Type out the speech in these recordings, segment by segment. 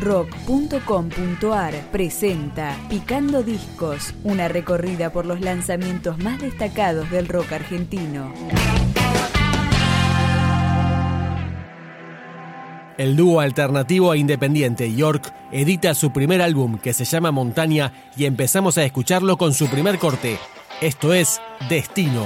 rock.com.ar presenta Picando Discos, una recorrida por los lanzamientos más destacados del rock argentino. El dúo alternativo e independiente York edita su primer álbum que se llama Montaña y empezamos a escucharlo con su primer corte. Esto es Destino.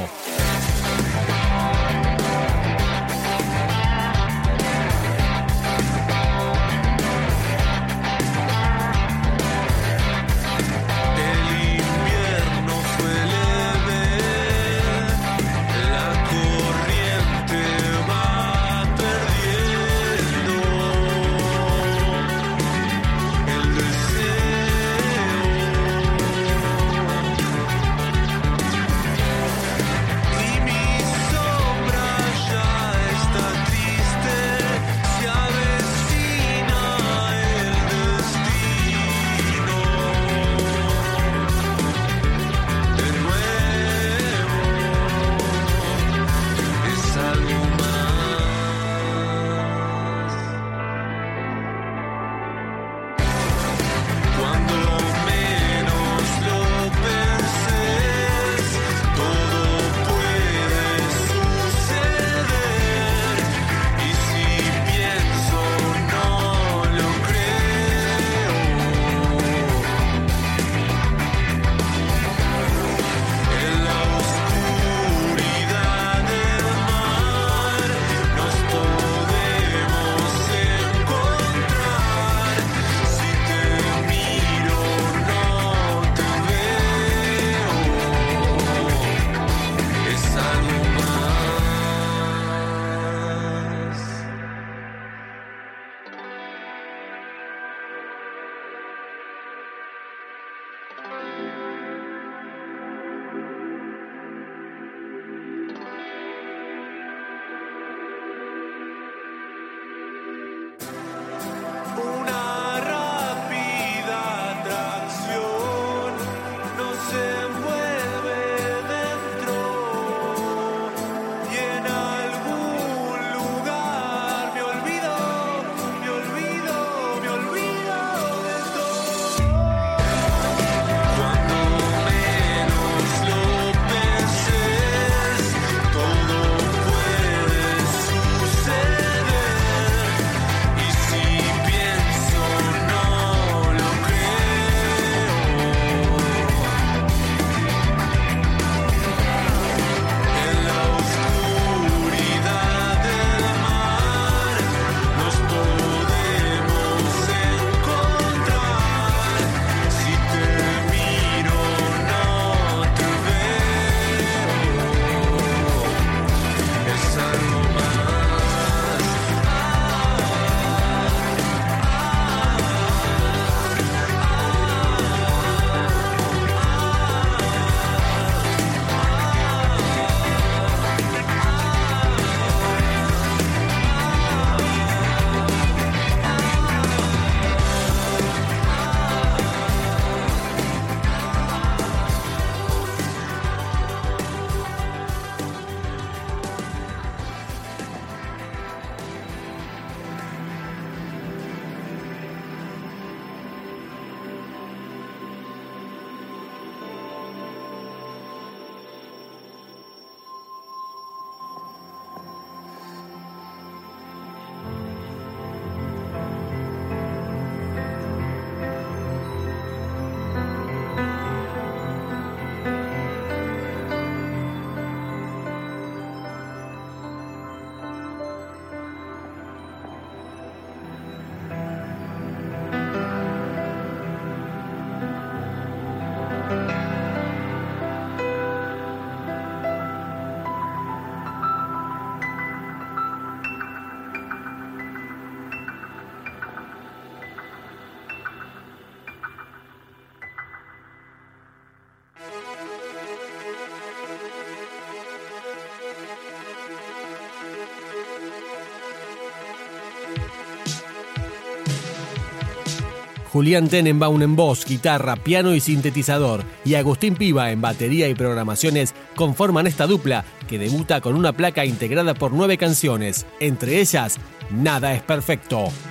Julián Tenenbaum en voz, guitarra, piano y sintetizador, y Agustín Piva en batería y programaciones conforman esta dupla que debuta con una placa integrada por 9 canciones, entre ellas Nada es perfecto.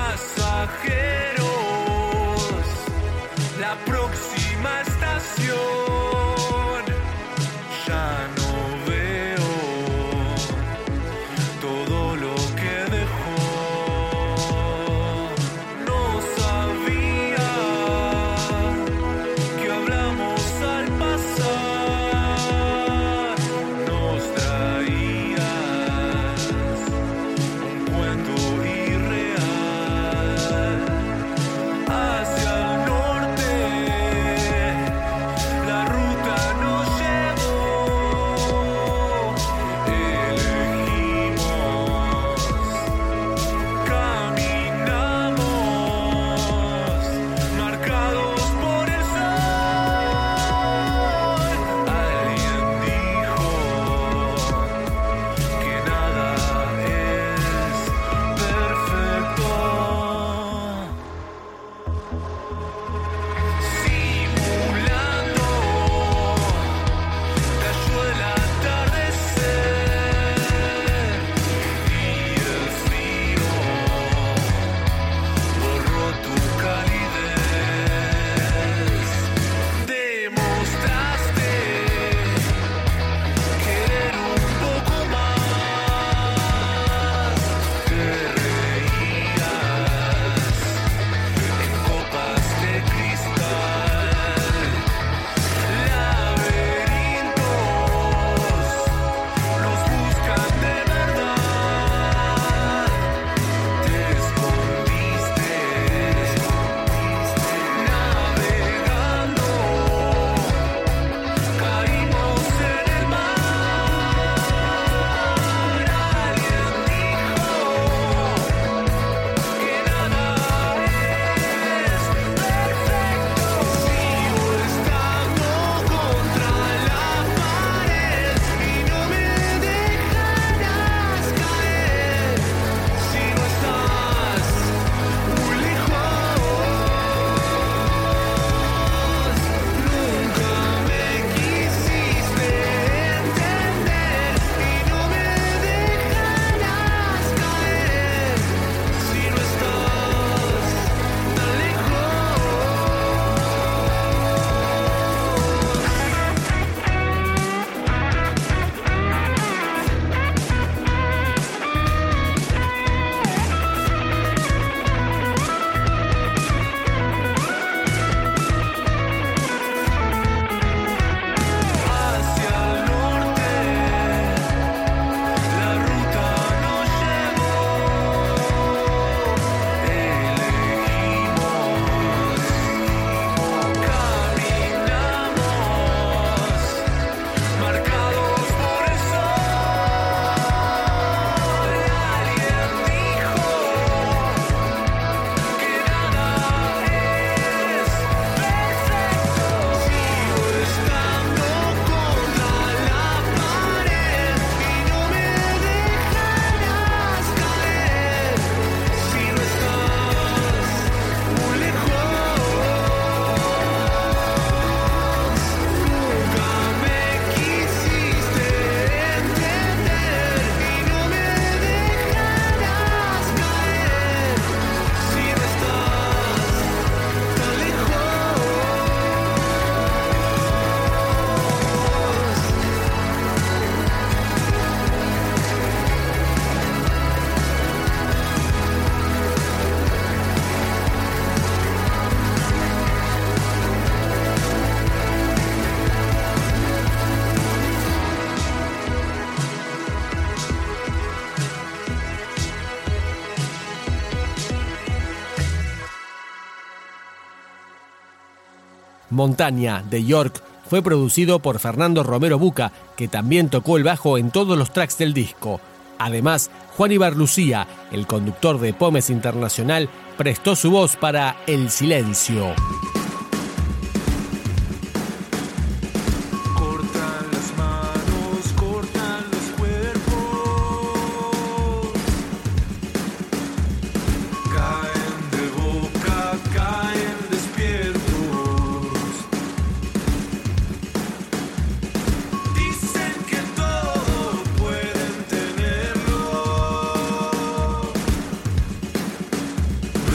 La próxima estación ya no veo todo lo que dejó. No sabía que hablamos al pasar. Nos traías un cuento irreal. Hacia el norte la ruta nos llevó. Elegimos, caminamos, marcados por el sol. Alguien dijo que nada es perfecto. Simulando, cayó el atardecer y el frío borró tu calidez. Demostraste querer un poco más. Te reías en copas de cristal. Laberintos nos buscan de verdad. Te escondiste navegando. Caímos en el mar. Alguien dijo que nada es perfecto. Sigo estando contra la pared y no me dejarás caer. Si no estás muy lejos, nunca me quisiste entender y no me dejarás caer. Si no estás tan lejos. Hacia el norte la ruta nos llevó. Elegimos, caminamos, marcados por el sol. Alguien dijo que nada es perfecto. Sigo estando contra la pared y no me dejarás caer. Si no estás muy lejos, nunca me quisiste entender y no me dejarás caer. Si no estás tan lejos. Montaña, de York, fue producido por Fernando Romero Buca, que también tocó el bajo en todos los tracks del disco. Además, Juan Ibarlucía, el conductor de Pomes Internacional, prestó su voz para El Silencio. Cortan las manos, cortan los cuerpos, caen de boca, caen despiertos. Dicen que todo pueden tenerlo.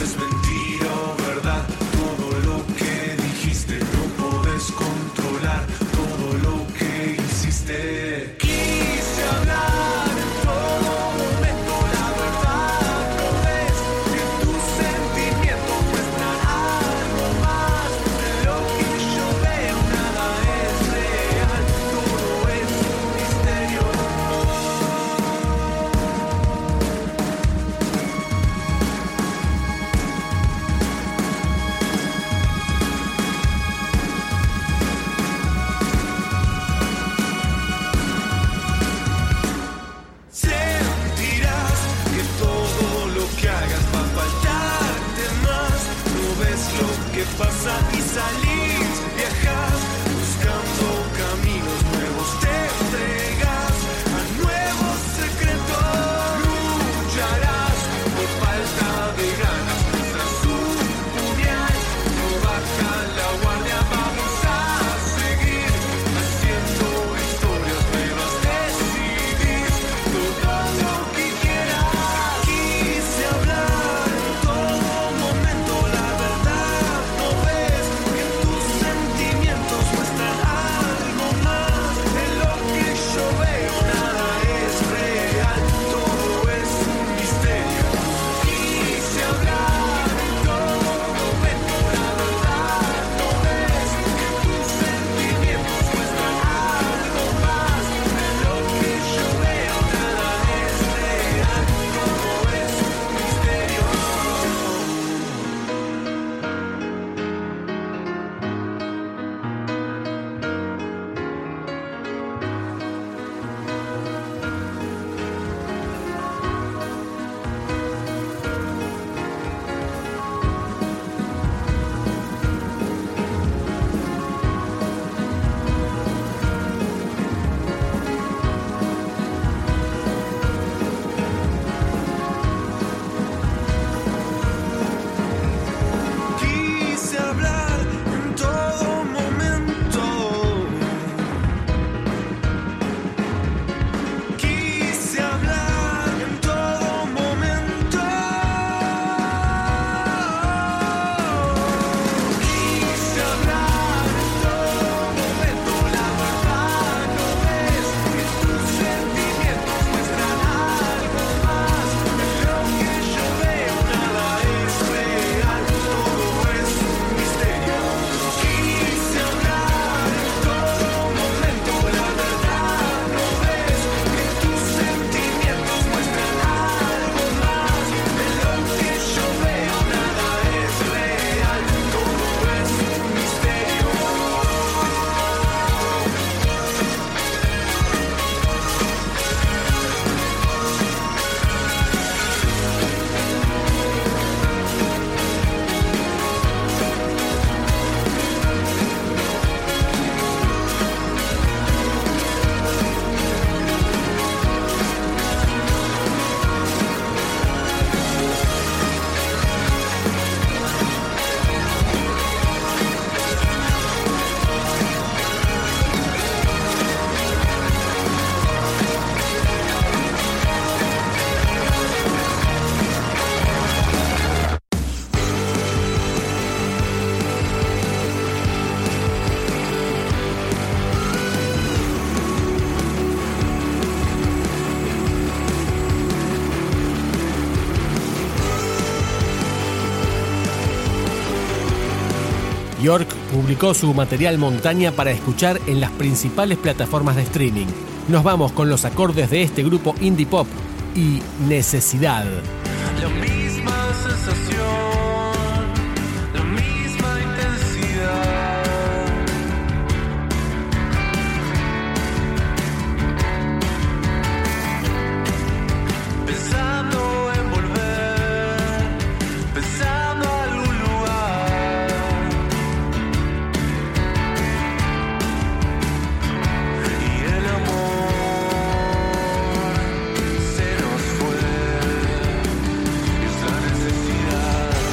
que pasa y salís, viajás, buscando caminos nuevos, te entregas a nuevos secretos, lucharás por falta de ganas, tras un puñal, no baja la guardia, vamos a seguir haciendo historias nuevas, decidís todo lo que quieras, quise hablar en todo momento, la verdad no ves que tus sentimientos muestran algo más de lo que yo veo, nada es real, todo es un misterio, quise hablar en todo momento, la verdad no ves que tus sentimientos muestran algo más de lo que yo veo, nada es real, todo es un misterio. Quise hablar en todo momento, quise hablar en todo momento, quise hablar en todo momento, la verdad no ves que tus sentimientos muestran algo más de lo que yo veo, nada es real, todo es un misterio, quise hablar en todo momento, la verdad no ves que tus sentimientos muestran algo más de lo que yo veo, nada es real, todo es un misterio. York publicó su material Montaña para escuchar en las principales plataformas de streaming. Nos vamos con los acordes de este grupo indie pop y Necesidad. La misma sensación, la misma intensidad. Pensando en volver, pensando a algún lugar. Y el amor se nos fue. Esa necesidad.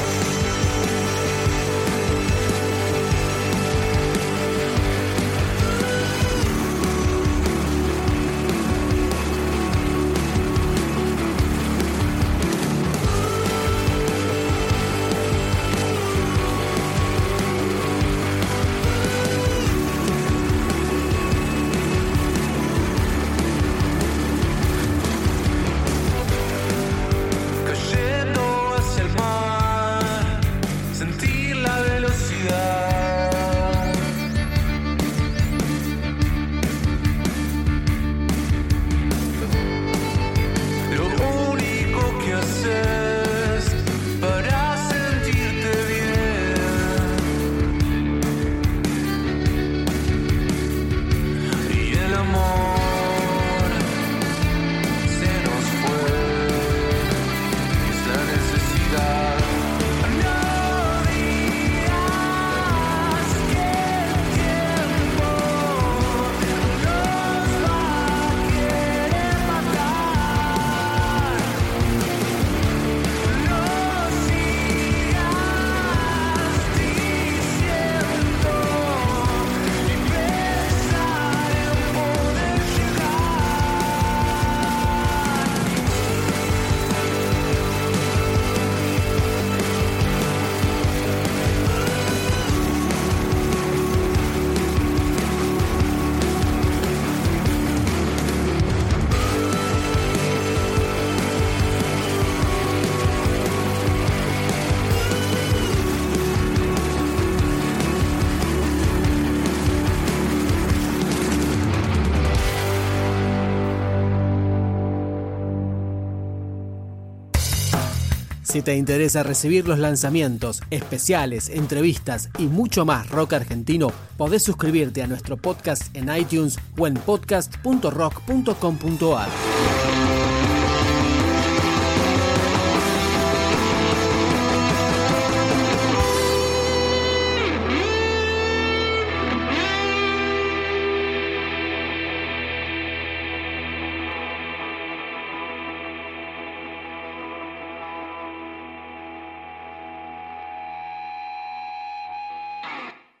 Si te interesa recibir los lanzamientos, especiales, entrevistas y mucho más rock argentino, podés suscribirte a nuestro podcast en iTunes o en podcast.rock.com.ar.